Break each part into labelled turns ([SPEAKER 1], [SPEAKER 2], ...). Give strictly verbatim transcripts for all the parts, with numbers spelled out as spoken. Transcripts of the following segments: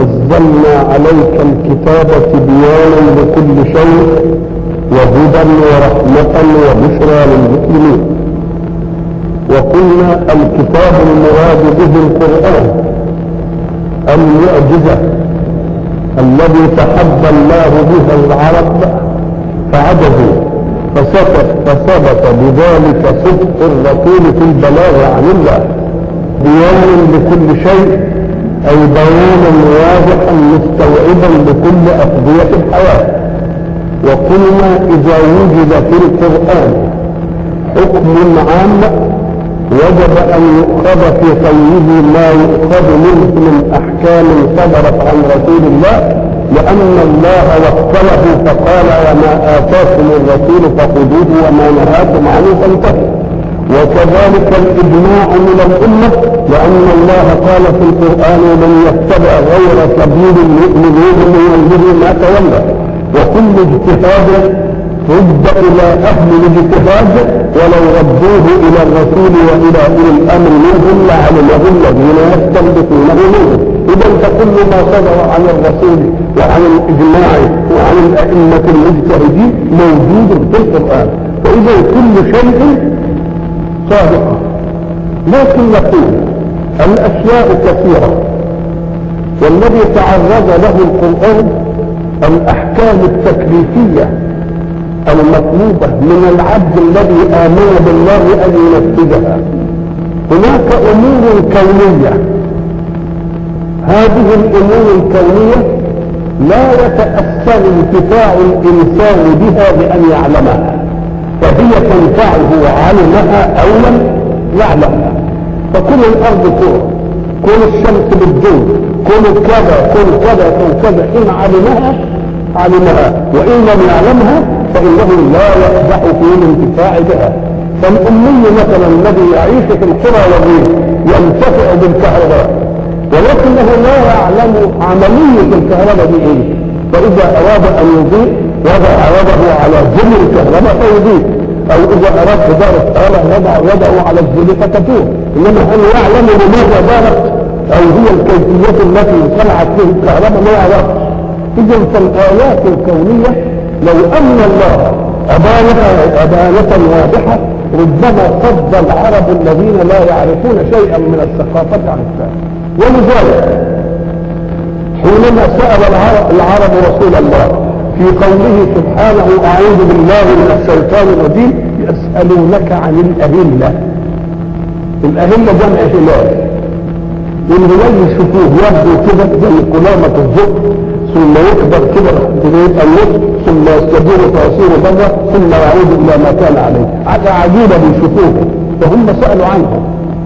[SPEAKER 1] نزلنا عليك الكتاب تبيانا لكل شيء وهدى ورحمة وبشرى للمسلمين. وقلنا الكتاب المراد به القرآن المعجزة الذي تحدى الله بها العرب فعجزوا فسكت فثبت بذلك صدق الرسول في البلاغ عن الله. بيان لكل شيء أي بيانا واضحا مستوعبا لكل أقضية الحياة. وقلنا إذا وجد في القرآن حكم عام وجب أن يؤخذ في خيره ما يؤخذ منه من أحكام صدرت عن رسول الله، لأن الله وكله فقال وما آتاكم الرسول فخذوه وما نهاكم عنه فانتهوا. وكذلك الإجماع من الأمة، لأن الله قال في القرآن ومن يتبع غير سبيل المؤمنين يوليه ما تولى. وكل اجتهاد رد إلى أهل الاجتهاد ولو ردوه إلى الرسول وإلى أولي الأمر منهم لعلمه الذين يستنبطونه منهم. إذا فكل ما صدر عن الرسول وعن الإجماع وعن الأئمة المجتهدين موجود في القرآن، وإذا كل شيء صادقة. لكن نقول الأشياء كثيرة، والذي تعرض له القرآن الأحكام التكليفية المطلوبة من العبد الذي آمن بالله أن ينفذها. هناك أمور كونية، هذه الأمور الكونية لا يتأثر انتفاع الإنسان بها بأن يعلمها، فهي تنفعه علمها أو لم يعلمها. فكل الأرض كرة، كل الشمس بالدور، كل كذا كل كذا كل كذا، إن علمها علمها وإن لم يعلمها فإنه لا يقدح في الانتفاع بها. فالأمي مثلا الذي يعيش في القرى والريف ينتفع بالكهرباء، ولكنه لا يعلم عملية الكهرباء دي ايه، فإذا أراد أن يضيء وضع يده على زر الكهرباء فيضيء، أو إذا أراد إدارة آلة يضع يده على الزر فتدور. إنما هل يعلم لماذا دارت أو هي الكيفية التي صنعت فيه الكهرباء؟ ما يعرفش. إذا فالآيات الكونية لو أن الله أبانها أبانة واضحة ربما صد العرب الذين لا يعرفون شيئا من الثقافة عن الثاني. ولذلك حينما سأل العرب, العرب رسول الله في قوله سبحانه أعوذ بالله من الشيطان الرجيم يسألونك عن الأهلة. الأهلة جمع هلال، والهلال يشوفوه يبدو كده زي قلامة الزق ثم يكبر كده يبقى النصف ثم يستدير فيصير ضرة ثم يعود الى ما كان عليه. حاجه عجيبه بيشوفوه، فهم سالوا عنه،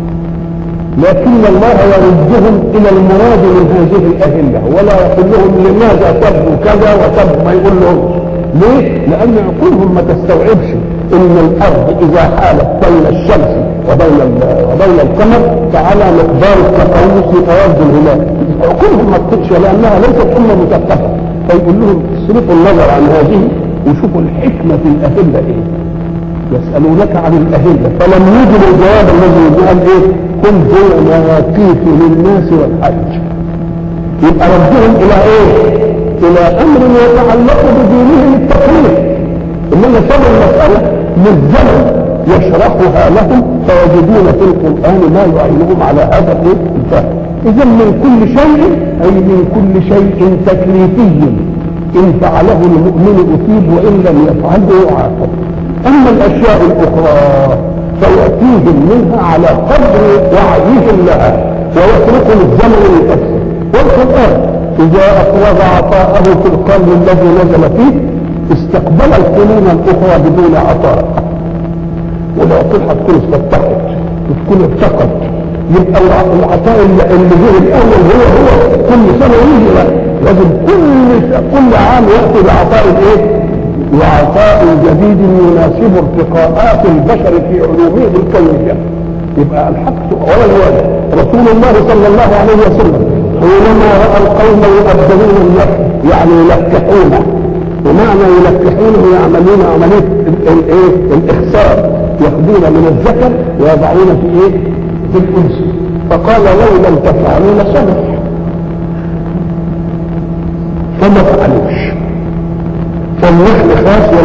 [SPEAKER 1] لكن الله يردهم الى المراد من هذه الاهله ولا يقول لهم لماذا تبدو كذا وتبدو، ما يقول لهم ليه؟ لان عقولهم ما تستوعبش ان الارض اذا حالت بين الشمس وبين وبين القمر فعلى مقدار التقوس يتوازى الهلال. عقولهم ما تطيقش لانها ليست امه مثقفه، فيقول لهم اصرفوا النظر عن هذه وشوفوا الحكمه في الاهله ايه. يسالونك عن الاهله فلم يجدوا الجواب الذي قال ايه؟ قل هو مواقيت للناس والحج. يبقى ردهم الى ايه؟ الى امر يتعلق بدينهم التقليد. انما سبب المساله للزمن يشرحها لهم فيجدون في القرآن ما يعينهم على هذا الفهم. إذا من كل شيء أي من كل شيء تكليفي إن فعله المؤمن أثيب وإن لم يفعله يعاقب. أما الأشياء الأخرى فيأتيهم منها على قدر وعيهم لها ويتركهم الزمن لتفسير. والقرآن إذا أفرغ عطاءه في القرن الذي نزل فيه استقبل القرون الأخرى بدون عطاء، ولو طلعت كل استفتحت وتكون ارتقت. يبقى العطاء اللي جه الاول هو هو كل سنه يجي، لازم كل كل عام ياتي بعطاء ايه؟ وعطاء جديد يناسب ارتقاءات البشر في علومه الكونيه. يبقى الحق ولا الواجب. رسول الله صلى الله عليه وسلم حينما راى القوم يؤدبون النفس يعني يلكحونه، ومعنى يلكحونه يعملون عمليه الايه؟ الاخسار، ياخذون من الذكر ويضعون في ايه؟ في الانثى. فقال لو لم تفعلوا لصدق.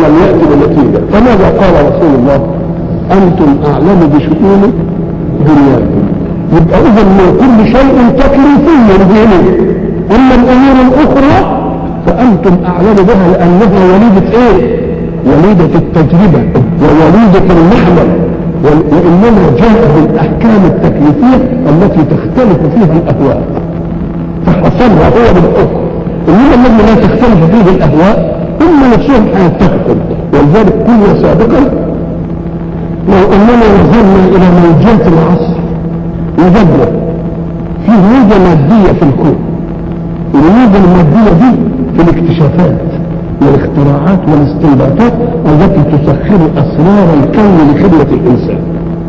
[SPEAKER 1] ولم يأتي بنتيجة. فماذا قال رسول الله؟ أنتم أعلم بشؤون دنياكم. يبقى إذا من كل شيء تكليفي ديني، أما الأمور الأخرى فأنتم أعلم بها لأنها وليدة إيه؟ وليدة التجربة ووليدة المعمل، وإنما جاء بالأحكام التكليفية التي تختلف فيها الأهواء فحصلها هو بالحكم. إنما الذي لا تختلف فيه الأهواء هم نفسهم هيتفقوا. ولذلك كنا سابقا لو أننا نظرنا إلى موجات العصر وجدنا في موجة مادية في الكون، الموجة المادية دي في الاكتشافات والاختراعات والاستنباطات التي تسخر أسرار الكون لخدمة الإنسان.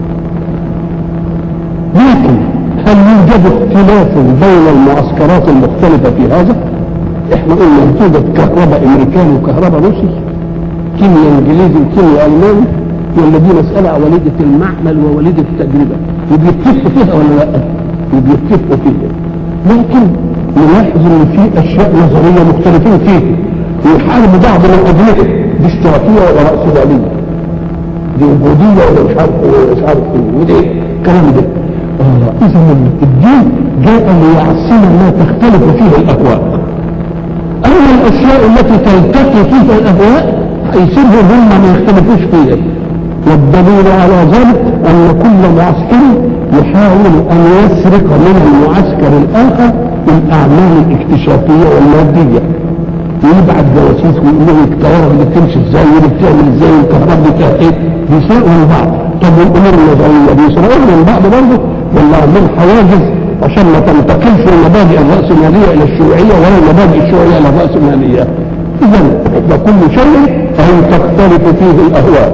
[SPEAKER 1] لكن هل يوجد اختلاف بين المعسكرات المختلفة في هذا؟ احنا قلنا توجد كهرباء امريكاني وكهرباء روسي، كيمياء انجليزي وكيمياء الماني، ولا دي مسألة وليدة المعمل ووليدة التجربة، وبيتفقوا فيها ولا لا؟ وبيتفقوا فيها. لكن نلاحظ ان في اشياء نظرية مختلفين فيها، ويحاربوا بعض من الأدوية دي اشتراكية ولا رأسمالية، دي وجودية ولا مش عارف مش عارف ايه، ودي الكلام ده. اه اذا الدين جاء ليعصم ما تختلف فيه الأهواء. أما الأشياء التي تلتقي فيها الأهواء يصيروا هم ما يختلفوش فيها. والدليل على ذلك أن كل معسكر يحاول أن يسرق من المعسكر الآخر الأعمال الاكتشافية والمادية، ويبعت جواسيس ويقول لهم الكهرباء اللي بتمشي ازاي واللي بتعمل ازاي والكهرباء دي فيها ايه، بيسرقوا من بعض. طب والامور النظريه بيسرقوا من بعض برضه ولا عاملين حواجز عشان ما تنتقلش المبادئ الراسماليه الى الشيوعيه ولا المبادئ الشيوعيه الى الراسماليه؟ اذا وكل شيء ان تختلف فيه الاهواء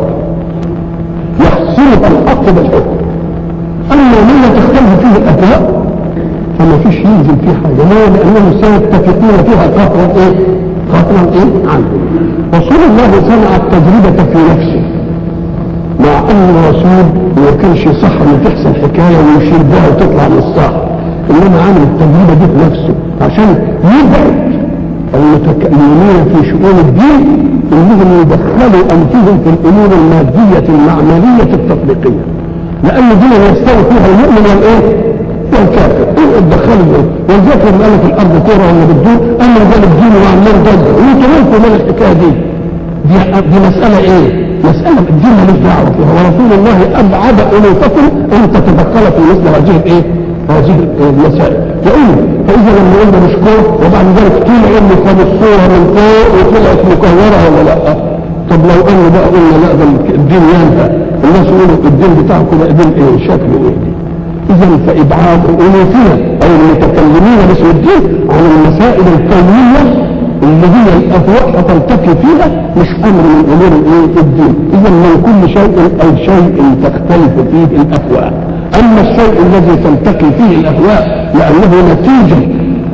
[SPEAKER 1] يحصلك الحق بالحكم. اما ما لا تختلف فيه الاهواء فما فيش ينزل فيه حاجه، ليه؟ لانهم سيتفقون فيها قهرا ايه؟ قهرا ايه عنه. رسول الله صنع التجربه في نفسه، مع ان الرسول ما كانش صح ان تحصل حكايه ويشير بها وتطلع من الصح، انما عمل التجربه دي في نفسه عشان يبعد المتكلمين في شؤون الدين انهم يدخلوا انفسهم في الامور الماديه المعمليه التطبيقيه، لان دي يستوي فيها المؤمن والايه؟ والكافر. ايه الدخلوا ده؟ ولذلك لما قالت الارض كوره ولا بتدور اما قال الدين وعمال ضجه وانتوا مالكم من الحكايه دي؟ دي دي مساله ايه؟ مساله الدين مالوش دعوه فيها، ورسول الله ابعد انوفكم ان تتدخل في مثل هذه الايه؟ هذه المسائل. لان فاذا لما قلنا مش كوره وبعد ذلك طلع انه كان الصوره من فوق وطلعت مكوره ولا لا؟ طب لو قالوا بقى قلنا لا ده الدين ينفع، الناس يقولوا الدين بتاعكم ده دين ايه؟ شكله ايه؟ إذا فإبعاد أنوفنا أو المتكلمين باسم الدين عن المسائل الكونية اللي هي الأهواء تلتقي فيها مش أمر من أمور الدين. إذا من كل شيء أي شيء تختلف فيه الأهواء. أما الشيء الذي تلتقي فيه الأهواء لأنه نتيجة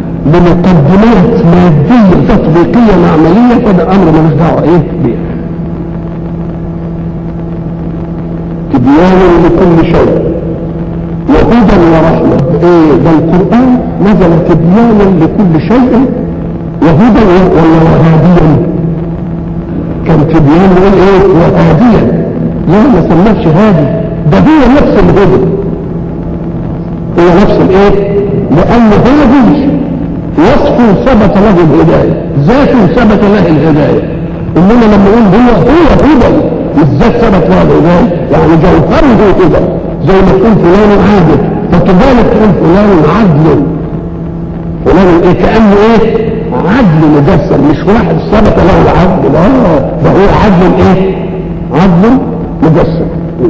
[SPEAKER 1] لمقدمات مادية تطبيقية معملية فده أمر ملوش دعوة إيه بيه. تبيان لكل شيء وهدى ورحمة. ايه ده؟ القرآن نزل تبيانا لكل شيء وهدى ولا وهاديا؟ كان تبيان يقول ايه؟ وهاديا. لا ما سمتش هادي، ده هو نفس الهدى، هو نفس الايه؟ لأن هادي وصف ثبت له الهداية، ذات ثبت له الهداية. انما لما يقول هو هو هدى مش ذات ثبت له الهداية، يعني جوهره هدى. زي ما تقول فلان عادل فتبالك تقول فلان عدل، فلان ايه؟ كأنه ايه؟ عدل مجسم، مش واحد ثبت له العدل، اه ده هو عدل ايه؟ عدل مجسم.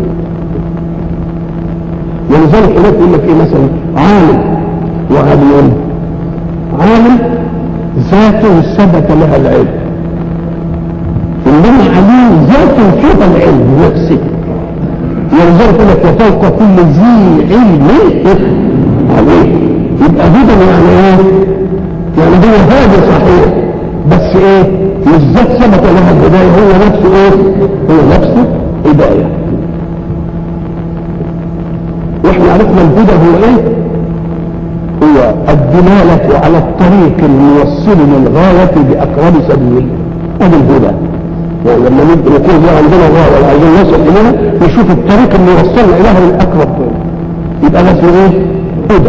[SPEAKER 1] ولذلك هناك يقول لك ايه مثلا؟ عالم وعليم. عالم ذات ثبت لها العلم، انما عليم ذات فيها العلم نفسه. ولذلك يقول لك وفوق كل ذي علم عليه. يبقى هدى يعني ايه؟ يعني هو هادي صحيح بس ايه؟ مش ذات ثبت لها الهدايه، هو نفسه ايه؟ هو نفسه هدايه. واحنا عرفنا الهدى هو ايه؟ هو الدلاله على الطريق الموصل للغايه باقرب سبيل. هذا الهدى. يعني لما نكون عندنا الله ولا عايزين نصل اليها نشوف الطريق اللي يوصلنا اليها للاقرب يبقى لازم ايه؟ هدى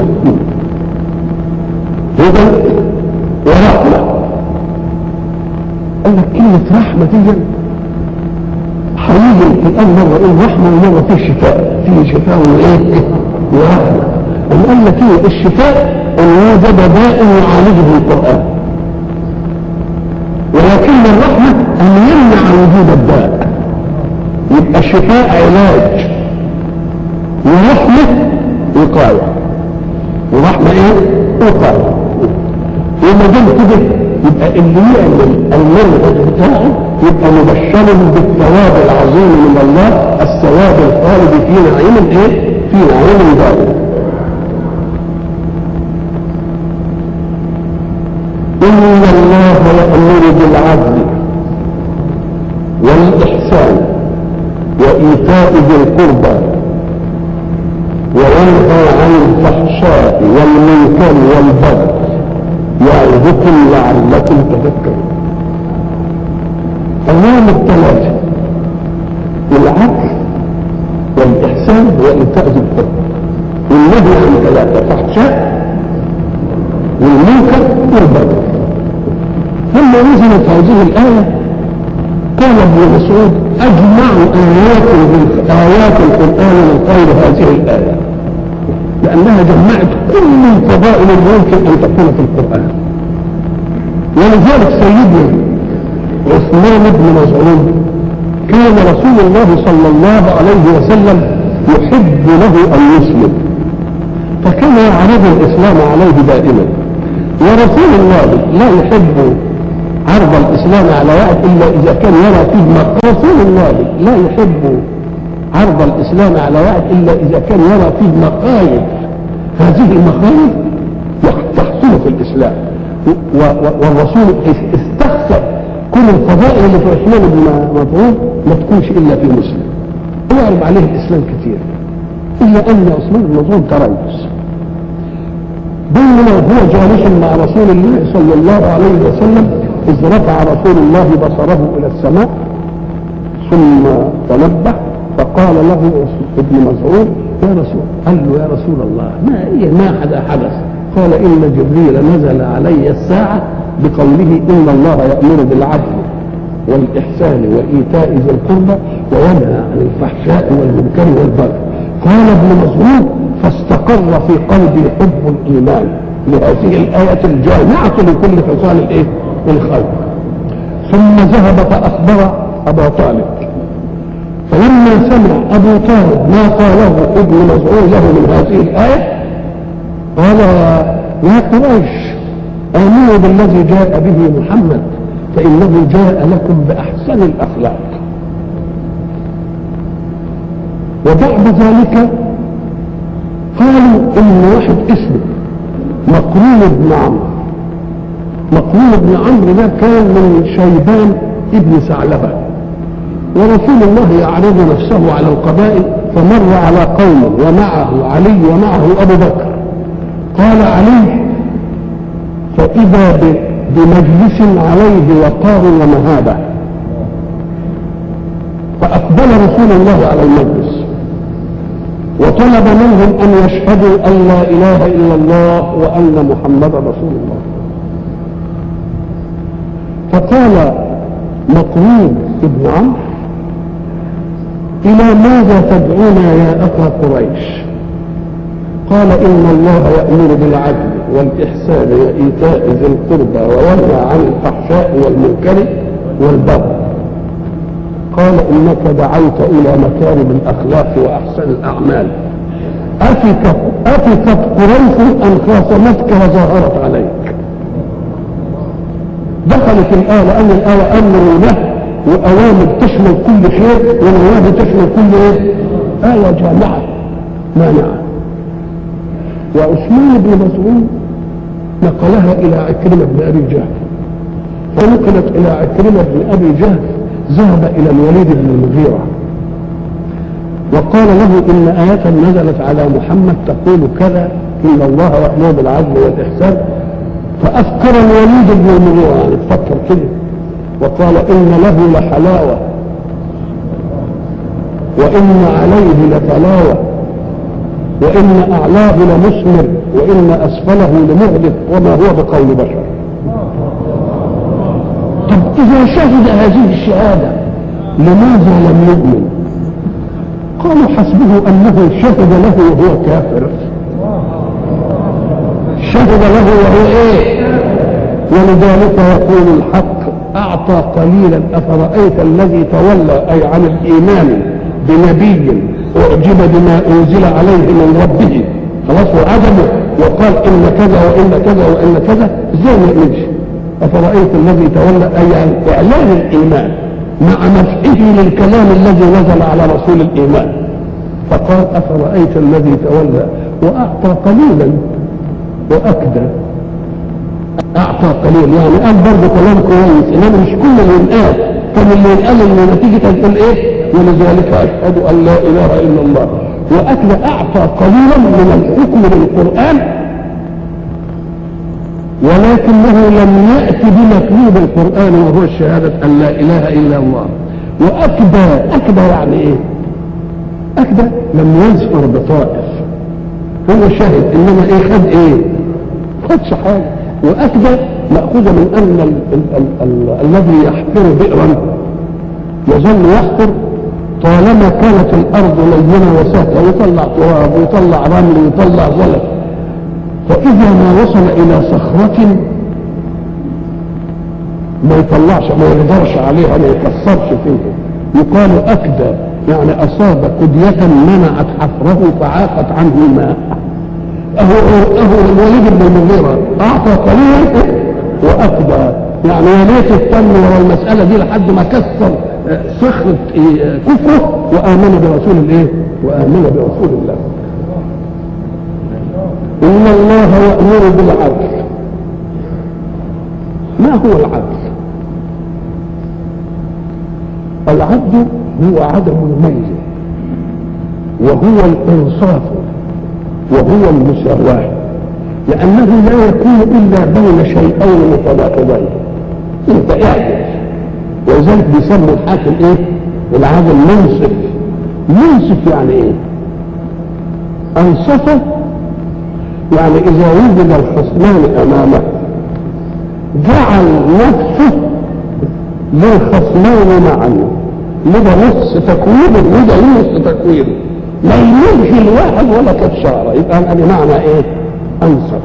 [SPEAKER 1] هدى ورحمه. قال لك كلمه رحمه دي حقيقي القران مره يقول رحمه ومره فيه شفاء، فيه شفاء وايه؟ ورحمه. وقال لك ايه الشفاء؟ ان وجد داء يعالجه القران، ولكن الرحمه ان يمنع وجود الداء. يبقى الشفاء علاج ورحمه وقايه، ورحمه ايه؟ وقايه. وما دام كده يبقى اللي يعمل المنهج بتاعه يبقى مبشر بالثواب العظيم من الله، الثواب الخالد في نعيم ايه؟ في نعيم دائم. إن الله يأمر بالعدل والإحسان وإيتاء ذي القربى وينهى عن الفحشاء والمنكر والبغي يعظكم لعلكم تذكرون. أوامر الثلاثة: العدل والإحسان وإيتاء ذي القربى، والنهي عن ثلاثة: فحشاء والمنكر والبغي. لما نزلت هذه الآية قال ابن مسعود: أجمع آيات آيات القرآن من غير هذه الآية، لأنها جمعت كل الفضائل اللي يمكن أن تكون في القرآن. ولذلك سيدنا عثمان بن مسعود كان رسول الله صلى الله عليه وسلم يحب له أن يسلم، فكان يعرض الإسلام عليه دائما. ورسول الله لا يحب عرض الإسلام على واحد إلا إذا كان يرى فيه مقاصد. رسول الله لا يحب عرض الإسلام على واحد إلا إذا كان يرى فيه مقايد، هذه المقايد تحصل في الإسلام. والرسول استخسر كل الفضائل اللي في عثمان بن مسعود ما تكونش إلا في مسلم، ويعرض عليه الإسلام كثير، إلا أن عثمان بن مسعود تريث. بينما هو جالس مع رسول الله صلى الله عليه وسلم إذ رفع رسول الله بصره إلى السماء ثم تنبه فقال له ابن مسعود: يا رسول قال له: يا رسول الله ما إيه ما حدا حدث؟ قال: إن جبريل نزل علي الساعة بقوله: إن الله يأمر بالعدل والإحسان وإيتاء ذي القربى وينهى عن الفحشاء والمنكر والبغي. قال ابن مسعود: فاستقر في قلبي حب الإيمان لهذه الآية الجامعة لكل خصال الإيه؟ الخير. ثم ذهب فأخبر أبا طالب، فلما سمع أبو طالب ما قاله ابن مسعود له من هذه الآية قال: يا قريش آمنوا بالذي جاء به محمد فإنه جاء لكم بأحسن الأخلاق. وبعد ذلك قالوا إن واحد اسمه مقرون بن عمرو. مقرون بن عمرو ده كان من شيبان ابن ثعلبة، ورسول الله يعرض نفسه على القبائل فمر على قوم ومعه علي ومعه أبو بكر. قال علي: فإذا بمجلس عليه وقار ومهابة، فأقبل رسول الله على المجلس وطلب منهم أن يشهدوا أن لا إله إلا الله وأن محمد رسول الله. فقال مقرون بن عمرو: إلى ماذا تدعونا يا أخا قريش؟ قال: إن الله يأمر بالعدل والإحسان وإيتاء ذي القربى وينهى عن الفحشاء والمنكر والبغي. قال: إنك دعوت إلى مكارم الأخلاق وأحسن الأعمال، أفكت أفكت قريش أن خاصمتك وظاهرت عليك. دخلت الآية لأن الآية أمر له وأوامر تشمل كل خير ونواهي تشمل كل إيه؟ آية جامعة مانعة. وعثمان بن مسعود نقلها إلى عكرمة بن أبي جهل، فنقلت إلى عكرمة بن أبي جهل ذهب إلى الوليد بن المغيرة وقال له: إن آية نزلت على محمد تقول كذا: إن الله يأمر بالعدل والإحسان. فأفكر الوليد بن المغيرة، يعني تفكر كده، وقال إن له لحلاوة وإن عليه لطلاوة وإن أعلاه لمثمر وإن أسفله لمهلك وما هو بقول بشر. طب إذا شهد هذه الشهادة لماذا لم يؤمن؟ قالوا حسبه أنه شهد له وهو كافر. شهد له وهو إيه؟ ولذلك يقول الحق أعطى قليلا أفرأيت الذي تولى أي عن الإيمان بنبي أعجب بما أنزل عليه من ربه خلاص وعدمه وقال إن كذا وإن كذا وإن كذا ازاي ما يؤمنش؟ أفرأيت الذي تولى أي عن إعلان الإيمان مع مدحه للكلام الذي نزل على رسول الإيمان فقال أفرأيت الذي تولى وأعطى قليلا وأكدى. أعطى قليل يعني قال برضه كلام كويس إنما مش كل اللي ينقال كان اللي ينقال إن نتيجة هتقول إيه؟ ولذلك أشهد أن لا إله إلا الله. وأكد أعطى قليلا من الحكم بالقرآن ولكنه لم يأتي بمطلوب القرآن وهو الشهادة أن لا إله إلا الله. وأكدى أكدى يعني إيه؟ أكدى لم يزفر بطائف هو شهد إنما إيه خد إيه؟ خدش حاجة. وأكدى مأخوذة من أن ال ال ال ال الذي يحفر بئرا يظل يحفر طالما كانت الأرض لينة وسهلة ويطلع تراب ويطلع رمل ويطلع زلط فإذا ما وصل إلى صخرة ما يطلعش ما يقدرش عليها ما يكسرش فيها يقال أكدى يعني أصاب قدية منعت حفره فعاقت عنه الماء. أهو أهو الوليد بن المغيرة أعطى قليلا وأكدى يعني وليت التم ورا المسألة دي لحد ما كسر صخرة كفره وآمن برسول الله وآمن برسول الله. إن الله يأمر بالعدل. ما هو العدل؟ العدل هو عدم الميل وهو الإنصاف وهو المساواة لأنه لا يكون إلا بين شيئين متناقضين. أنت اعدل ولذلك بيسموا الحاكم إيه؟ العادل منصف. منصف يعني إيه؟ أنصف يعني إذا وجد الخصمان أمامه جعل نفسه للخصمان معا لذا نص تكوينه وده نص تكوينه لا يلغي الواحد ولا كالشارة. يبقى أنا معنى إيه؟ أنصف.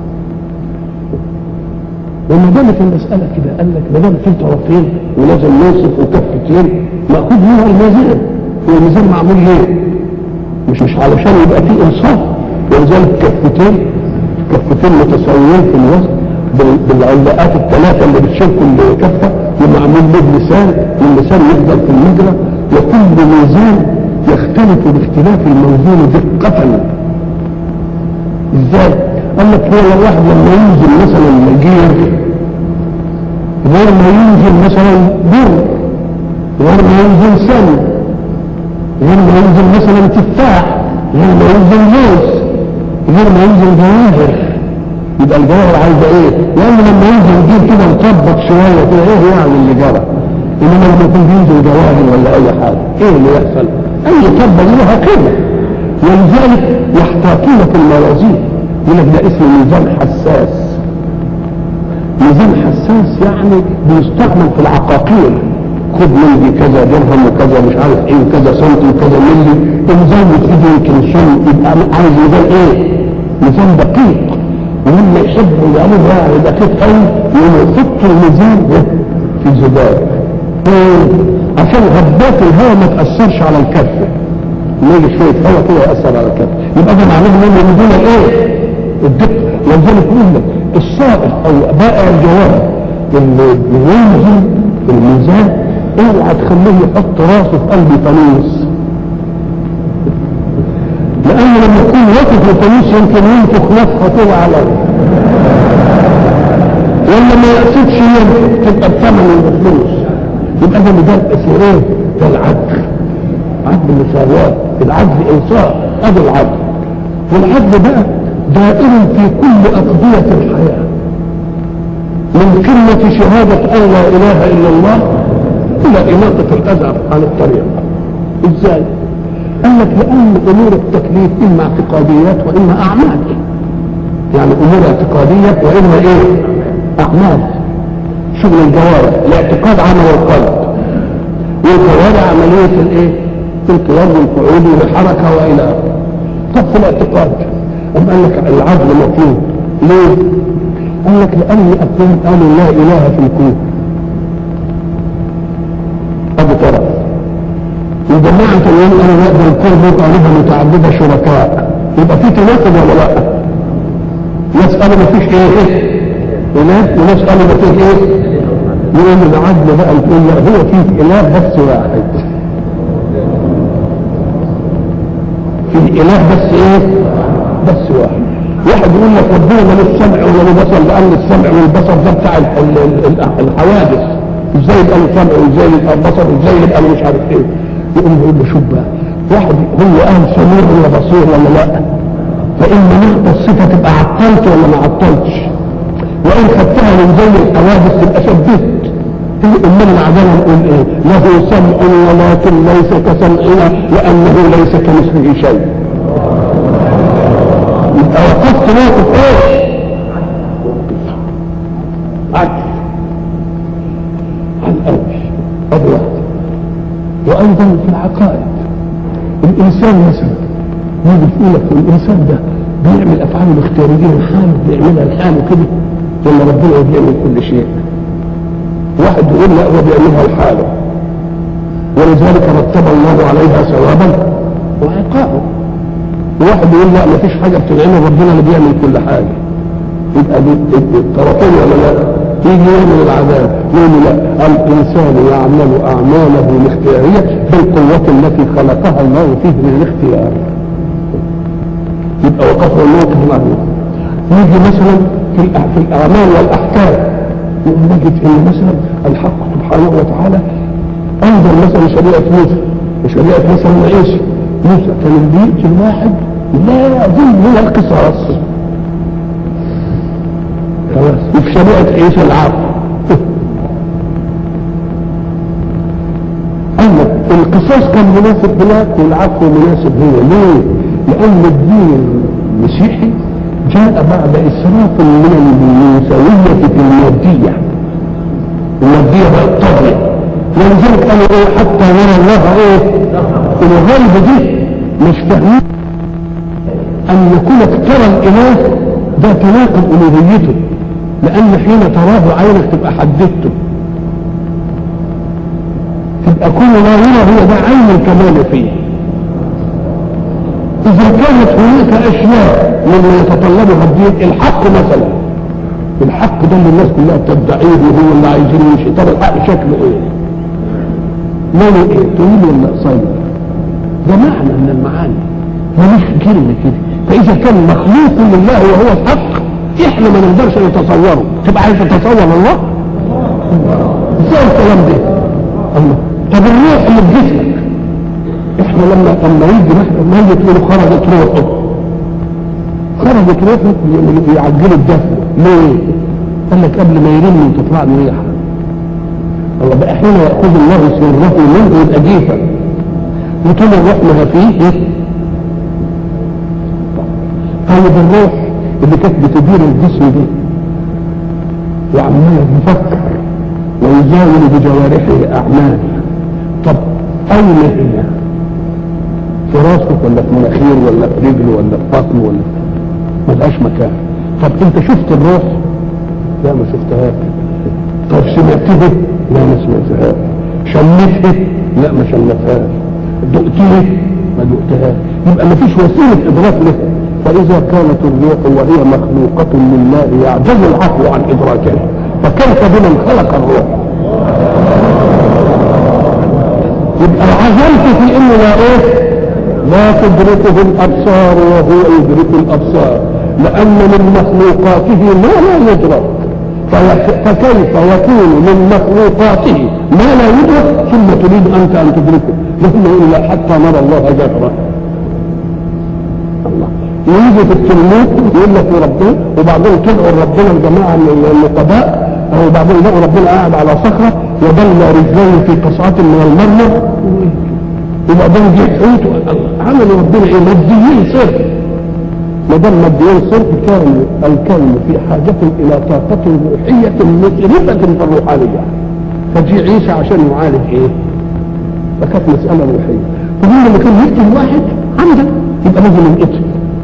[SPEAKER 1] لما دامت المسألة كده قال لك ما دام في طرفين ولازم ننصف وكفتين مأخوذ منها الميزان. والميزان معمول ليه؟ مش مش علشان يبقى فيه إنصاف ولذلك كفتين كفتين متساويين في الوزن بالعلاقات الثلاثة اللي بتشيل كل كفة ومعمول له لسان واللسان يفضل في المجرى وكل ميزان يختلف باختلاف الموزون دقة. ازاي؟ قال لك هو الواحد لما ينزل مثلا الجير غير ما ينزل مثلا بر غير ما ينزل سن غير ما ينزل مثلا تفاح غير ما ينزل موز غير ما ينزل جواهر. يبقى الجواهر عايزه ايه؟ لان لما ينزل الجير كده مطبق شويه كده ايه يعني اللي جرى؟ انما لما يكون بينزل جواهر ولا اي حاجه ايه اللي يحصل؟ اي طبق لها قيمه. ولذلك يحتاطون في الموازين يقول لك ده اسمه ميزان حساس. ميزان حساس يعني بيستعمل في العقاقير خد ملي كذا درهم وكذا مش عارف ايه وكذا سنتي وكذا ملي الميزان بتيجي يمكن شيء يبقى عايز ميزان ايه؟ ميزان دقيق. ولما يحبوا يعملوا يعني دقيق قوي يحطوا الميزان في زجاج عشان هبات الهواء ما تأثرش على الكفة. يجي شوية هواء كده يأثر على الكفة يبقى ده معناه انه من دون الايه؟ الدقة. ولذلك يقول لك الصائغ او بائع الجواب اللي بينزل الميزان اوعى تخليه يحط راسه في قلب فانوس لأنه لما يكون واقف الفانوس يمكن ينفخ نفخة كده عليه ولا ما يقصدش ينفخ تبقى بثمن الفلوس. يبقى ده ميزان اسمه ايه؟ ده العدل. عدل المساواة العدل انصاف ادي العدل. والعدل بقى دائر في كل أقضية الحياة من كل كلمة شهادة أن لا إله إلا الله إلى إماطة الأذى عن الطريق. إزاي؟ قال لك لأن أمور التكليف إما اعتقاديات وإما أعمال. يعني أمور اعتقادية وإما إيه؟ أعمال. شغل الجوارح، الاعتقاد عمل القلب، والجوارح عملية الإيه؟ القيام والقعود والحركة وإلى آخره. طب في الاعتقاد أم قال لك العدل مطلوب. ليه؟ قال لك لأن أكون قالوا لا إله في الكون أبو طرف وجماعة اليوم أنا نقدر الكون بقى لها متعددة شركاء، يبقى في تناقض ولا لا؟ ناس قالوا ما فيش إيه إيه إله وناس قالوا ما فيش إيه. يقول العدل بقى يقول لا هو فيه إله بس واحد، فيه إله بس إيه؟ بس واحد. واحد يقول لك ربنا مالوش سمع ولا له بصر، لأن السمع والبصر ده بتاع الحوادث، ازاي يبقى له سمع وازاي يبقى بصر وازاي يبقى له مش عارف ايه. يقوم يقول له شوف بقى، واحد هو قال سميع ولا بصير ولا لا؟ فإن نقطة الصفة تبقى عطلت ولا ما عطلتش؟ وإن خدتها من زي الحوادث تبقى شبهت. أمال العدالة نقول إيه؟ له سمع ولكن ليس كسمعنا لأنه ليس كمثله شيء. يبقى وقفت موقف ايه؟ عكس عن أوش أبو واحد. وأيضا في العقائد الإنسان مثلا يجي يقول لك الإنسان ده بيعمل أفعاله الاختيارية الحال بيعملها الحال وكده ولا ربنا بيعمل كل شيء؟ واحد يقول لا هو بيعملها الحال ولذلك رتب الله عليها ثوابا وعقابا. وواحد يقول لا ما فيش حاجه بتنعمل ربنا اللي بيعمل كل حاجه. يبقى دي طرفين ولا لا؟ يجي يعمل العذاب يقول لا الانسان يعمل اعماله الاختياريه بالقوه التي خلقها الله فيه من الاختيار. يبقى وقفنا الموقف معه. يجي مثلا في في الاعمال والاحكام نجد ان مثلا الحق سبحانه وتعالى انزل مثلا شريعه موسى وشريعه مثلا عيسى. موسى كان اللي يقتل واحد لازم هو القصاص خلاص، وفي شريعه عيسى العفو. اما القصاص كان مناسب هناك والعفو مناسب هنا. ليه؟ لان الدين المسيحي جاء بعد اسراف من النسويه في الماديه. الماديه بقت طاغيه، ولذلك قالوا ايه حتى نرى الله ايه الغيب دي مش فاهمين ان يكونك ترى الاله ده تناقض الوهيته، لان حين تراه عينك تبقى حددته، تبقى كل ما يرى هو ده عين الكمال فيه. اذا كانت هناك اشياء مما يتطلبها الدين، الحق مثلا الحق ده اللي الناس كلها بتدعيه وهو اللي عايزين يمشي، طب الحق شكله ايه؟ ماله ايه؟ طويل ولا قصير؟ ده معنى من المعاني ملوش كلمه كده. فاذا كان مخلوق لله وهو الحق احنا ما نقدرش نتصوره، تبقى عايز تتصور الله؟ ازاي الكلام ده؟ الله. طب الروح اللي في جسمك احنا لما لما يجي ميت يقولوا خرجت روحه خرجت روحه يعجلوا الدفن. ليه؟ قال لك قبل ما يرمي وتطلع له ريحه. الله بقى حين ياخذ الله سره منه يبقى جيفا وطول الروح ما فيه. طيب الروح اللي كانت بتدير الجسم دي وعمال يفكر ويزاول بجوارحه اعمال، طب اين هي؟ في راسك ولا في مناخير ولا في رجل ولا في بطن ولا ملهاش مكان. طب انت شفت الروح؟ لا ما شفتهاش. طب سمعته؟ لا ما سمعتهاش. شمته؟ لا ما شمتهاش. دقته؟ ما دقتهاش. يبقى ما فيش وسيله ادراك له. فاذا كانت الروح وهي مخلوقه لله يعجز العقل عن ادراكها، فكيف بمن خلق الروح؟ يبقى عزمت في انه لا ايه؟ لا تدركه الابصار وهو يدرك الابصار، لان من مخلوقاته ما لا يدرك. فكيف يكون من مخلوقاته ما لا يدرك ثم تريد انت ان تدركه؟ لكن الا حتى نرى الله جهرا. الله ويجي في التلميذ يقول لك ربنا، وبعدين تدعو ربنا الجماعه النقباء او كده وبعدين لقوا ربنا قاعد على صخره وبل رجليه في قصعه من المرمر وبعدين جه حوت عملوا ربنا ايه ماديين صرف. ما دام ماديين صرف كان الكون في حاجه الى طاقه روحيه مشرفه في الروحانيه، فجي عيسى عشان يعالج ايه؟ فكانت مساله روحيه. فمين لما كان يقتل واحد عمدا يبقى لازم ينقتل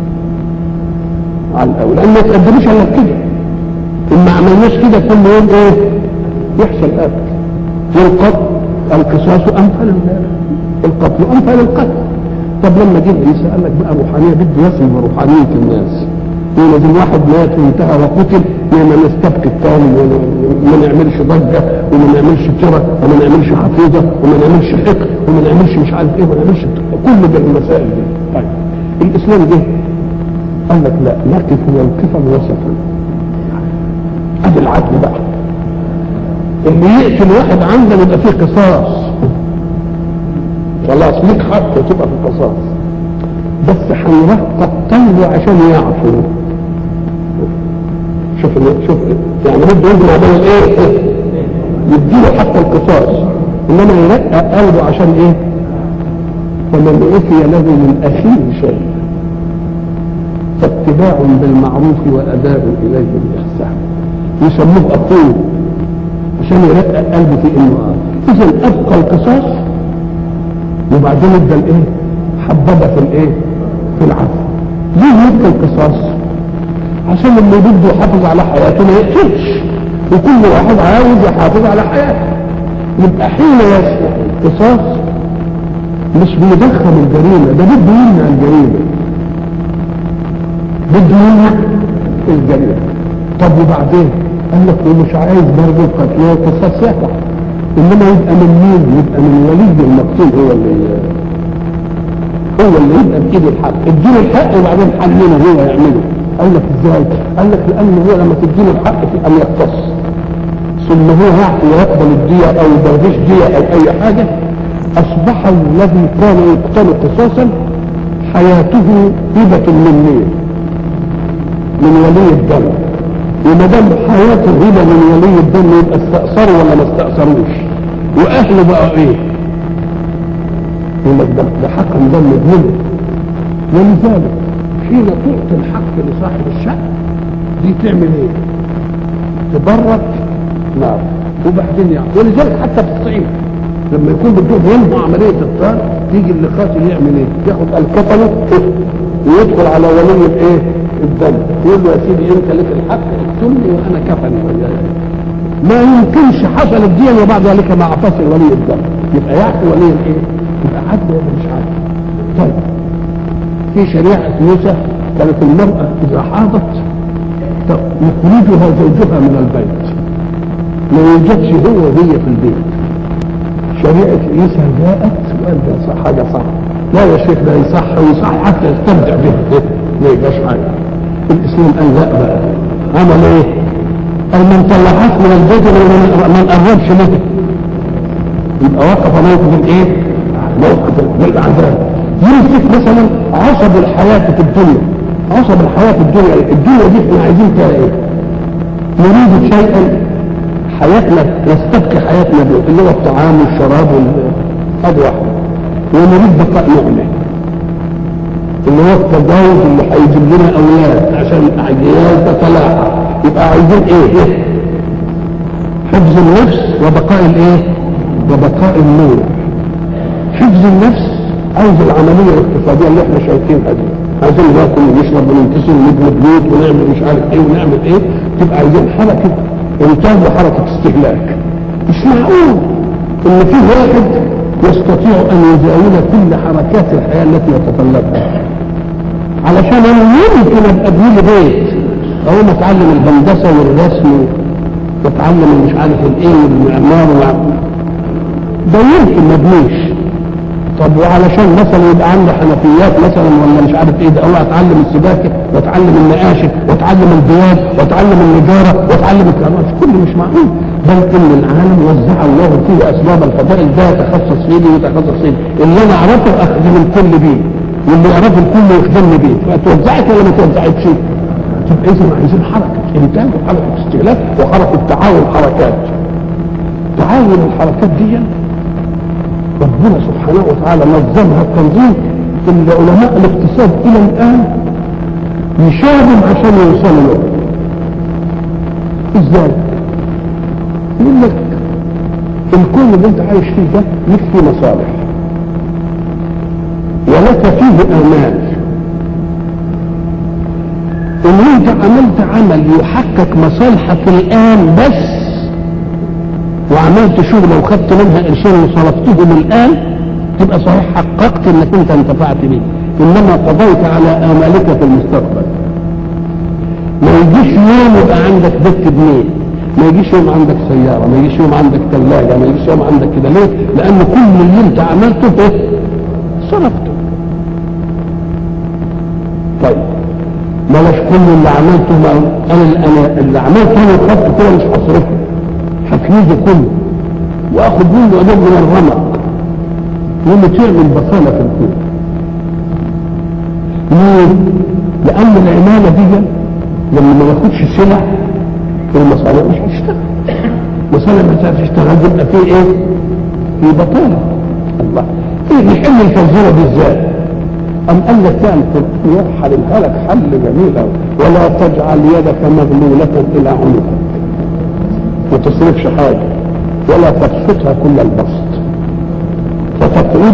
[SPEAKER 1] على الاول لان ما تقدموش الا كده. ان ما عملناش كده كل يوم ايه؟ يحصل قتل. والقتل القصاص امثال القتل امثال القتل. طب لما جه عيسى قال لك بقى روحانيه بده يصل روحانيه الناس. ولازم واحد مات وانتهى وقتل ما نستبقي الثاني وما نعملش ضجه وما نعملش ترى وما نعملش حفيظه وما نعملش حقد وما نعملش مش عارف ايه وما نعملش كل ده المسائل دي. طيب الاسلام جه قال لك لا نقف موقفا وسطا. ادي العدل بقى. اللي يقتل واحد عمدا يبقى فيه قصاص. خلاص ليك حق تبقى في القصاص. بس هنرقب طلبه عشان يعفو. شوف شوف يعني بده يجمع بين الايه؟ يديله حق القصاص انما يرقق قلبه عشان ايه؟ فمن عفي له من اخيه شيء فاتباع بالمعروف واداء اليه بالاحسان. يسموه اخوه عشان يرقق قلبه في انه اذا ابقى القصاص وبعدين يبدا الايه؟ حببه في الايه؟ في العفو. ليه يبقى القصاص؟ عشان اللي بده يحافظ على حياته ما يقتلش وكل واحد عاوز يحافظ على حياته. يبقى حين يصلح القصاص مش بيضخم الجريمه، ده بده يمنع الجريمه. بده يمنع الجريمه. طب وبعدين؟ قال لك ومش عايز برضه القتل والقصاص يقع. انما يبقى من مين؟ يبقى من ولي المقتول هو اللي هو اللي يبقى بايده الحق، اديله الحق وبعدين حلله هو يعمله. قال لك ازاي؟ قال لك لان هو لما تديله الحق في ان يقتص ثم هو يعطي ويقبل الدية او يدردش دية او اي حاجة اصبح الذي كان يقتل قصاصا حياته هبة من مين؟ من ولي الدم. وما دام حياته هبة من ولي الدم يبقى استأثروا ولا ما استأثروش؟ واهله بقى ايه؟ يقول لك ده ده حق دم ابنه. ولذلك حين تعطي الحق لصاحب الشأن دي تعمل ايه؟ تبرد نار وبعدين يعني. ولذلك حتى في الصعيد لما يكون بده ينهى عمليه الطار يجي اللي قاتل يعمل ايه؟ ياخد الكفن ويدخل على ولي الايه؟ الدم يقول له يا سيدي انت لك الحق اقتلني وانا كفني وياك. ما يمكنش حصل الدين وبعد ذلك ما اعتصر ولي الدم. يبقى يعفو ولي الايه؟ يبقى عدل ولا مش عدل؟ طيب في شريعه موسى كانت المراه اذا حاضت يخرجها زوجها من البيت ما يوجدش هو وهي في البيت. شريعه عيسى جاءت وقال ده صح حاجه صح. لا يا شيخ ده يصح ويصح حتى يستمتع به ما يبقاش حاجه. الاسلام قال لا بقى عمل ايه؟ قال من طلعت من البيت وما نقربش منه يبقى وقف موقف الايه؟ موقف الاعداء. يمسك مثلا عصب الحياه في الدنيا. عصب الحياه في الدنيا الدنيا دي احنا عايزين فيها ايه؟ نريد شيئا حياتنا نستبقي حياتنا به اللي هو الطعام والشراب هذا واحد. ونريد بقاء نعمه اللي هو التجاوز اللي هيجيب لنا اولاد عشان الاعياد تتلاحق. يبقى عايزين ايه؟ حفظ النفس وبقاء الايه؟ وبقاء النور. حفظ النفس عايز العمليه الاقتصاديه اللي احنا شايفينها دي. عايزين ناكل ونشرب وننتصر ونبني بيوت ونعمل مش عارف ايه ونعمل ايه. تبقى عايزين حركه انتاج وحركه استهلاك. مش معقول ان في واحد يستطيع ان يزاول كل حركات الحياه التي يتطلبها. علشان انا يمكن ابقى ابني لي بيت اقوم اتعلم الهندسه والرسم واتعلم مش عارف الايه والمعمار ده يمكن ما ابنيش. طب وعلشان مثلا يبقى عندي حنفيات مثلا ولا مش عارف ايه ده اقوم اتعلم السباكه واتعلم النقاشه واتعلم البياض واتعلم النجاره واتعلم الكهرباء. كله مش معقول. بل ان العالم وزع الله فيه اسباب الفضائل ده يتخصص فيه ويتخصص فيه. اللي انا اعرفه اخذ من كل بيه واللي يعرفه الكل يخدمني بيه. فتوزعت ولا ما توزعتش؟ يبقى اذا عايزين حركه انتاج وحركه استهلاك وحركه تعاون حركات. تعاون الحركات دي ربنا سبحانه وتعالى نظمها التنظيم اللي علماء الاقتصاد الى الان يشاهدوا عشان يوصلوا له. ازاي؟ يقول لك الكون اللي انت عايش فيه ده لك فيه مصالح ولك فيه امال. ان انت عملت عمل يحقق مصالحك الان بس وعملت شغله وخدت منها قرشين وصرفتهم الان تبقى صحيح حققت انك انت انتفعت بيه، انما قضيت على امالك في المستقبل. ما يجيش يوم يبقى عندك بيت جنيه، ما يجيش يوم عندك سياره، ما يجيش يوم عندك ثلاجه، ما يجيش يوم عندك كده. ليه؟ لان كل اللي انت عملته ايه؟ صرفته. طيب بلاش كل اللي عملته، ما انا انا اللي عملته انا خدته كده مش هصرفه، هكنيزه كله واخد منه ادب من الرمق لما تعمل بصاله في الكون. ليه؟ لان العماله دي لما ما ياخدش سلع المصانع مش هتشتغل. مصانع ما تشتغل يبقى فيه ايه؟ في بطاله. الله ايه نحل الفزوره دي ازاي؟ أم قال لك يعني يرحل الهلك حل جميل أوي، ولا تجعل يدك مغلولة إلى عنقك، ما تصرفش حاجة ولا تبسطها كل البسط فتقعد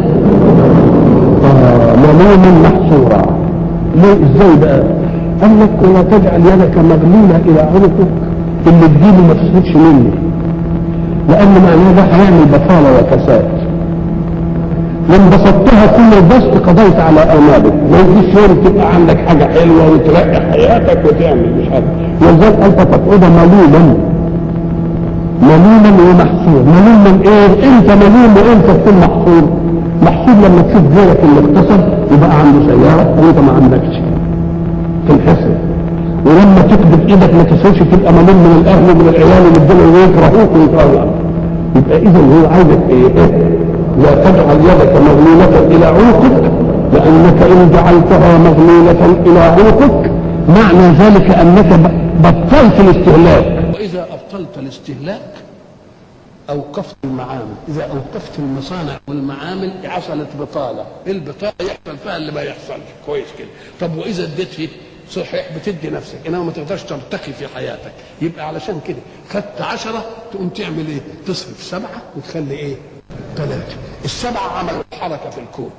[SPEAKER 1] آه ملوما محصورا. ليه ازاي بقى؟ قال لك ولا تجعل يدك مغلولة إلى عنقك، اللي تجيبه ما تصرفش منه، لأن معناه ده هيعمل بطالة وكساد. من بسطتها كل البسط قضيت على امالك. ما يجيش يوم تبقى عندك حاجه حلوه وترقي حياتك وتعمل مش عارف، ولذلك انت تقعد ملوما ملوما ومحصور. ملوما ايه؟ انت ملوم وانت تكون محصور. محصور لما تشوف غيرك اللي اقتصد يبقى عنده سياره وانت ما عندكش تنحسر، ولما تكبت ايدك ما تسويش تبقى ملوم من الاهل ومن العيال اللي الدنيا يكرهوك ويكرهوك. يبقى اذا هو عايزك ايه؟ لا تجعل يدك مغلولة إلى عنقك، لأنك إن جعلتها مغلولة إلى عنقك معنى ذلك أنك بطلت الاستهلاك. وإذا أبطلت الاستهلاك أوقفت المعامل. إذا أوقفت المصانع والمعامل حصلت بطالة. البطالة يحصل فيها اللي ما يحصلش كويس كده. طب وإذا اديتها صحيح بتدي نفسك، إنما ما تقدرش ترتقي في حياتك. يبقى علشان كده خدت عشرة تقوم تعمل إيه؟ تصرف سبعة وتخلي إيه؟ ثلاثة. السبعة عملوا حركة في الكون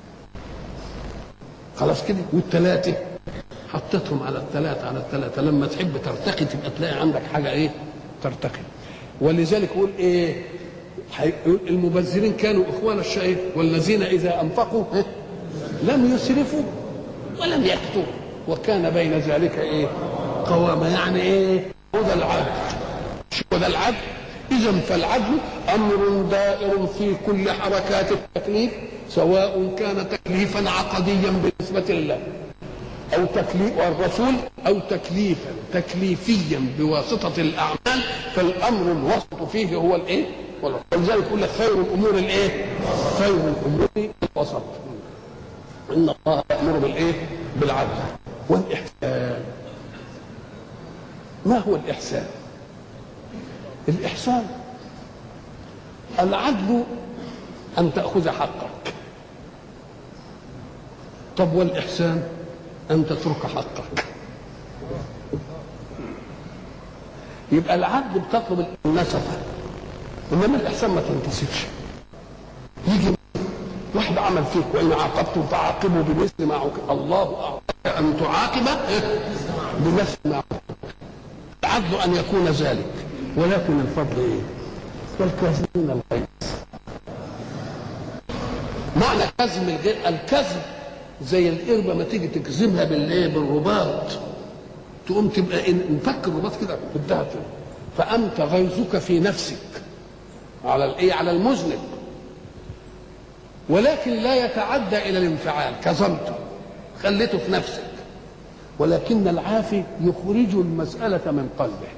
[SPEAKER 1] خلاص كده، والثلاثة حطيتهم على الثلاثة على الثلاثة. لما تحب ترتقي تبقى تلاقي عندك حاجة ايه؟ ترتقي. ولذلك يقول ايه؟ المبذرين كانوا اخوان الشيء والذين اذا انفقوا لم يسرفوا ولم يقتروا وكان بين ذلك ايه؟ قوامة. يعني ايه؟ وده العدل. شو ده العدل؟ إذا فالعدل أمر دائر في كل حركات التكليف، سواء كان تكليفا عقديا بالنسبة لله أو تكليف الرسول أو تكليفا تكليفيا بواسطة الأعمال، فالأمر الوسط فيه هو الإيه؟ ولذلك يقول لك خير الأمور الإيه؟ خير الأمور الوسط. إن الله يأمر بالإيه؟ بالعدل. والإحسان. ما هو الإحسان؟ الإحسان العدل أن تأخذ حقك. طب والإحسان أن تترك حقك. يبقى العدل بتطلب النسفة، إنما الإحسان ما تنتصفش. يجي واحد عمل فيك وإن عاقبتم فعاقبوا بمثل ما عاقب الله، أعطاك أن تعاقب بمثل ما عاقب. العدل أن يكون ذلك، ولكن الفضل ايه؟ والكاظمين الغيظ. معنى كظم الغيظ، الكظم زي القربة ما تيجي تكظمها بالايه؟ بالرباط، تقوم تبقى نفك الرباط كده بدها، فانت غيظك في نفسك على الايه؟ على المذنب، ولكن لا يتعدى الى الانفعال. كظمته خليته في نفسك، ولكن العافي يخرج المسألة من قلبه.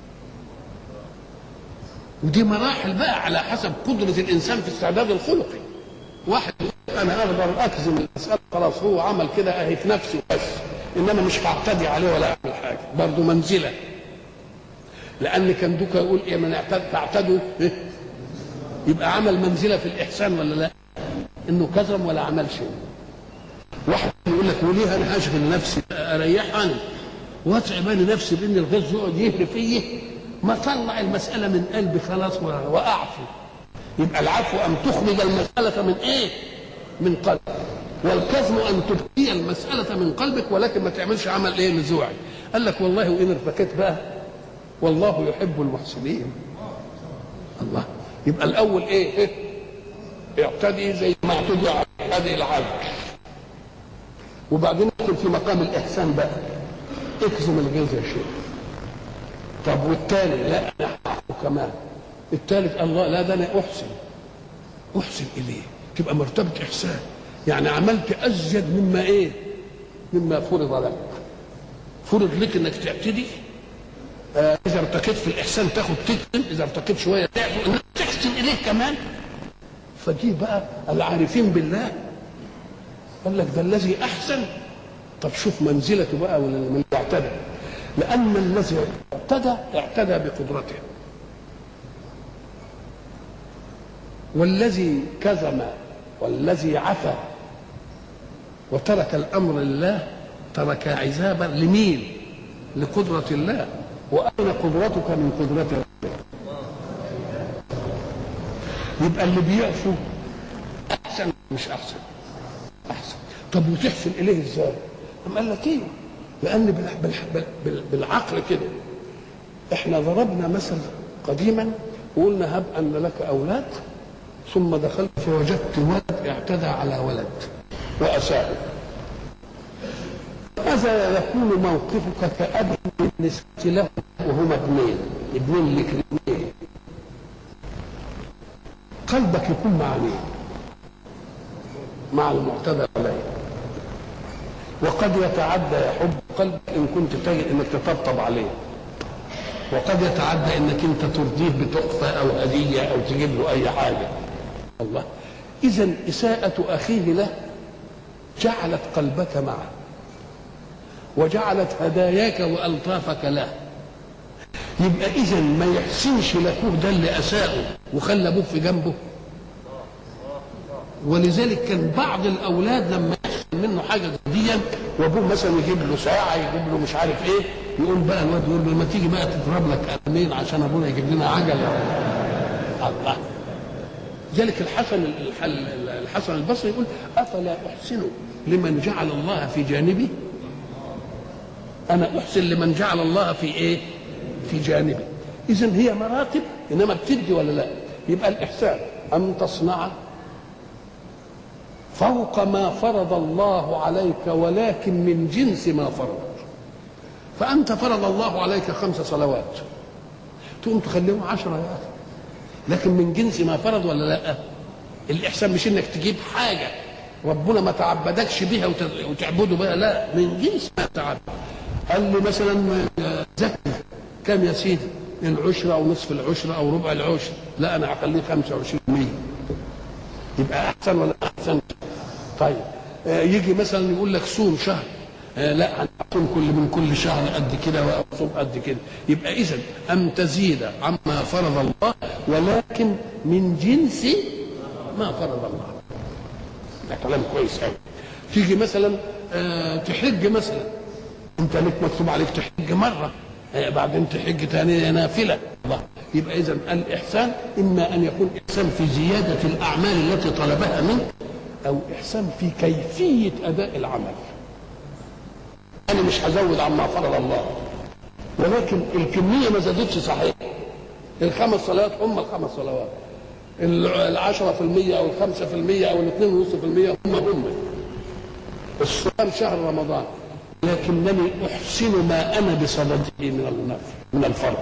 [SPEAKER 1] ودي مراحل بقى على حسب قدرة الإنسان في استعداد الخلقي. واحد أنا أقدر أكظم المسألة خلاص، هو عمل كده أهي في نفسه بس، انما مش هعتدي عليه ولا اعمل حاجه، برضه منزله. لان كان دوكا يقول ايه من اعتد تعتدوا إيه؟ يبقى عمل منزله في الاحسان ولا لا؟ انه كظم ولا عمل شيء. واحد يقول لك وليه انا هشغل نفسي اريحني واتعب انا نفسي بان الغيظ يقعد يهري فيا، ما طلع المساله من قلبي خلاص واعفو. يبقى العفو ان تخرج المساله من ايه؟ من قلبك. والكظم ان تبقي المساله من قلبك ولكن ما تعملش عمل ايه؟ نزوعي. قال لك والله وان ارتكيت بقى والله يحب المحسنين. الله. يبقى الاول ايه؟ ايه؟ اعتدي زي ما اعتدي على هذه العبد. وبعدين ندخل في مقام الاحسان بقى. اكظم الغيظ يا شيخ. طب والتالي لا انا احقه كمان. الثالث الله لا ده انا احسن. احسن اليه. تبقى مرتبه احسان. يعني عملت ازيد مما ايه؟ مما فرض لك. فرض لك انك تعتدي. آه اذا ارتكيت في الاحسان تاخد تكتم، اذا ارتكيت شويه تعفو انك تحسن اليه كمان. فدي بقى العارفين بالله قال لك ده الذي احسن. طب شوف منزلته بقى من اعتدى. لان الذي اعتدى اعتدى بقدرته، والذي كظم والذي عفا وترك الامر لله ترك عذابا لمين؟ لقدره الله. واين قدرتك من قدره ربك؟ يبقى اللي بيعفو احسن مش احسن؟ احسن. طب وتحسن اليه ازاي؟ أم قال لك ايه؟ لان بالعقل كده احنا ضربنا مثل قديما وقلنا هب ان لك اولاد ثم دخلت فوجدت ولد اعتدى على ولد واساء. ماذا يكون موقفك كأب بالنسبة له وهما اثنين ابنين لك اثنين؟ قلبك يكون مع مين؟ مع المعتدى عليه. وقد يتعدى يحب قلبك ان كنت تجد انك تطبطب عليه، وقد يتعدى انك انت ترضيه بتحفه او هديه او تجيب له اي حاجه. الله. اذا اساءة اخيه له جعلت قلبك معه وجعلت هداياك والطافك له. يبقى اذا ما يحسنش لاخوه ده اللي اساءه وخلى ابوه في جنبه. ولذلك كان بعض الاولاد لما يحصل منه حاجه جديا وابوه مثلا يجيب له ساعه يجيب له مش عارف ايه، يقول بقى الواد يقول له لما تيجي بقى تضرب لك قلمين عشان ابونا يجيب لنا عجله. الله. ذلك الحسن الحسن البصري يقول افلا احسن لمن جعل الله في جانبي؟ انا احسن لمن جعل الله في ايه؟ في جانبي. اذا هي مراتب انما بتدي ولا لا؟ يبقى الاحسان ان تصنع فوق ما فرض الله عليك ولكن من جنس ما فرض. فانت فرض الله عليك خمس صلوات تقوم تخليهم عشرة يا اخي، لكن من جنس ما فرض ولا لا؟ الاحسان مش انك تجيب حاجه ربنا ما تعبدكش بها وتعبده بها، لا، من جنس ما تعبد. قال لي مثلا زكي كم يا سيدي؟ العشرة او نصف العشرة او ربع العشر. لا انا هخليه خمسة وعشرين بالمية. يبقى احسن ولا احسن؟ طيب يجي مثلا يقول لك صوم شهر، لا هنصوم كل من كل شهر قد كده واصوم قد كده. يبقى اذا ان تزيد عما فرض الله ولكن من جنس ما فرض الله. ده كلام كويس قوي. تيجي مثلا تحج مثلا، انت لك مكتوب عليك تحج مره بعدين تحج ثانيه نافله. الله. يبقى اذا الاحسان اما ان يكون احسان في زياده الاعمال التي طلبها منك او احسان في كيفيه اداء العمل. انا مش هزود عما فرض الله ولكن الكميه ما زادتش صحيح. الخمس صلوات هم الخمس صلوات، العشرة في المية او الخمسة في المية او الاثنين ونص في المية هم هم. الصيام شهر رمضان لكنني احسن ما انا بصدده من النفل من الفرض.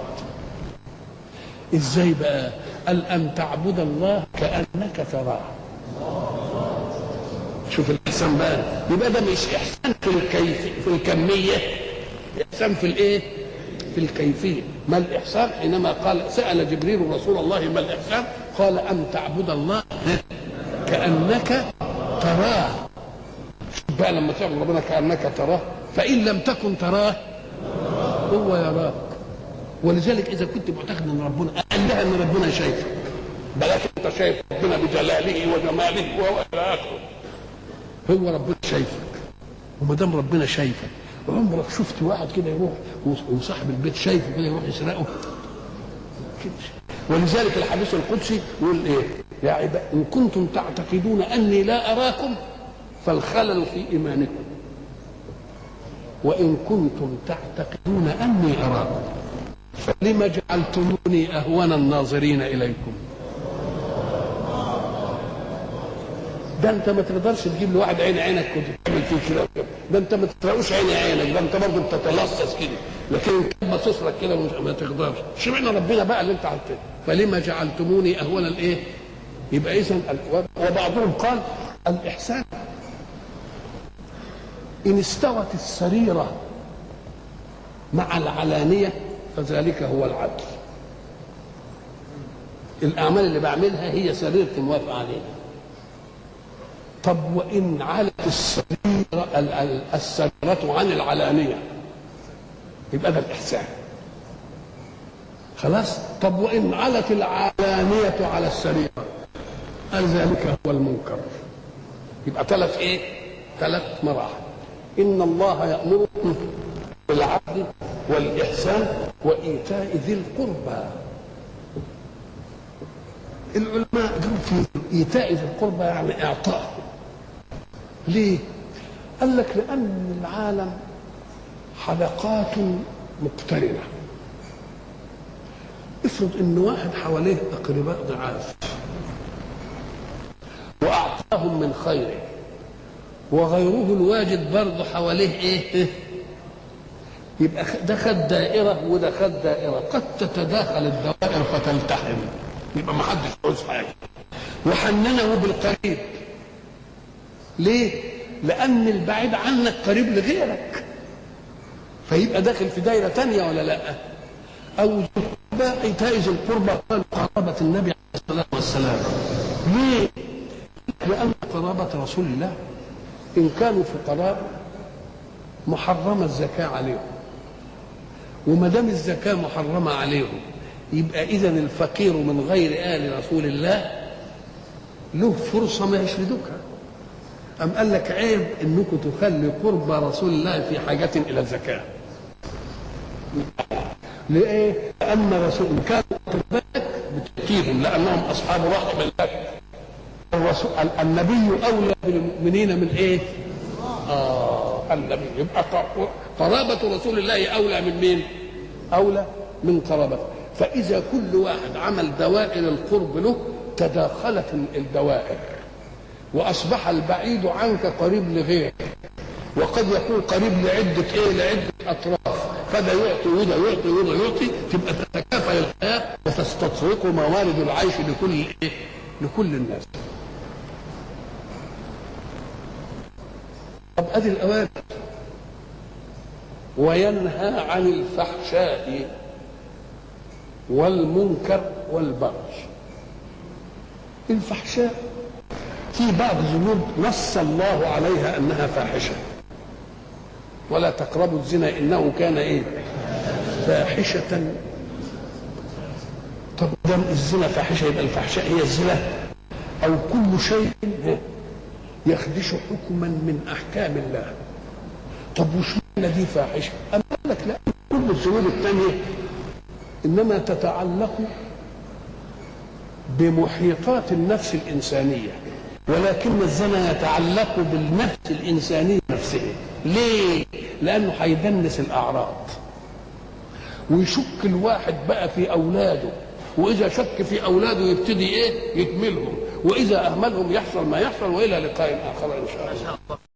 [SPEAKER 1] ازاي بقى؟ قال ان تعبد الله كانك تراه. شوف الاحسان بقى. يبقى ده مش احسان في الكيف في الكميه، احسان في الايه؟ في الكيفيه. ما الاحسان؟ حينما قال سال جبريل رسول الله ما الاحسان؟ قال ان تعبد الله كانك تراه. شوف بقى لما تعبد ربنا كانك تراه فإن لم تكن تراه هو يراك. ولذلك إذا كنت معتقد أن ربنا قال لها أن ربنا شايفك، بلاش أنت شايف ربنا بجلاله وجماله وإلى آخره، هو ربنا شايفك. وما دام ربنا شايفك، عمرك شفت واحد كده يروح وصاحب البيت شايفه كده يروح يسرقه كده؟ ولذلك الحديث القدسي يقول ايه؟ يا عباد ان كنتم تعتقدون اني لا اراكم فالخلل في ايمانكم، وان كنتم تعتقدون اني اراكم فلم جعلتموني اهون الناظرين اليكم. ده انت ما تقدرش تجيب لواحد عين عينك كنت تعمل فيه كده، ده انت ما تسرقوش عين عينك، ده انت برضه بتتلصص كده، لكن انت باصص لك كده ما تقدرش. اشمعنى ربنا بقى اللي انت عملته؟ فلما جعلتموني اهون الايه؟ يبقى اذا وبعضهم قال الاحسان ان استوت السريره مع العلانيه فذلك هو العدل. الاعمال اللي بعملها هي سريرتي موافقه عليها. طب وإن علت السريرة السريرة عن العلانية يبقى ده الإحسان. خلاص. طب وإن علت العلانية على السريرة قال ذلك هو المنكر. يبقى ثلاث إيه؟ ثلاث مراحل. إن الله يأمركم بالعدل والإحسان وإيتاء ذي القربى. العلماء قالوا في إيتاء ذي القربى يعني إعطاء. ليه؟ قال لك لأن العالم حلقات مقترنة. افرض إن واحد حواليه أقرباء ضعاف وأعطاهم من خيره، وغيره الواجد برضه حواليه إيه؟ يبقى ده خد دائرة وده خد دائرة، قد تتداخل الدوائر فتلتحم، يبقى ما حدش عاوز حاجة. وحننه بالقريب. ليه؟ لأن البعيد عنك قريب لغيرك، فيبقى داخل في دايرة تانية ولا لا؟ أو باقي تائز القربى قال قرابة النبي عليه الصلاة والسلام. ليه؟ لأن قرابة رسول الله إن كانوا فقراء محرمة الزكاة عليهم، وما دام الزكاة محرمة عليهم يبقى إذا الفقير من غير آل رسول الله له فرصة ما يشردكها. أم قال لك عيب إنكم تخلي قرب رسول الله في حاجة إلى الزكاة. لإيه؟ لأن رسول كانوا قرباك بتأتيهم لأنهم أصحاب رحم لك. الرسول النبي أولى بالمؤمنين من إيه؟ آه النبي. يبقى قرابة رسول الله أولى من مين؟ أولى من قرابته. فإذا كل واحد عمل دوائر القرب له تداخلت الدوائر وأصبح البعيد عنك قريب لغيرك، وقد يكون قريب لعدة إيه؟ لعدة أطراف، فده يعطي وده يعطي وده يعطي، تبقى تتكافئ الحياة وتستطرق موارد العيش لكل إيه؟ لكل الناس. طب أدي الأوامر. وينهى عن الفحشاء والمنكر والبغي. الفحشاء في بعض الذنوب نص الله عليها انها فاحشه، ولا تقربوا الزنا انه كان ايه؟ فاحشه. طب دام الزنا فاحشه يبقى الفحشاء هي الزنا او كل شيء يخدش حكما من احكام الله. طب وش معنى دي فاحشه؟ اما قال لك لا، كل الذنوب الثانيه انما تتعلق بمحيطات النفس الانسانيه، ولكن الزنا يتعلق بالنفس الانسانيه نفسها. ليه؟ لانه هيدنس الاعراض ويشك الواحد بقى في اولاده، واذا شك في اولاده يبتدي ايه؟ يكملهم، واذا اهملهم يحصل ما يحصل. والى لقاء اخر ان شاء الله.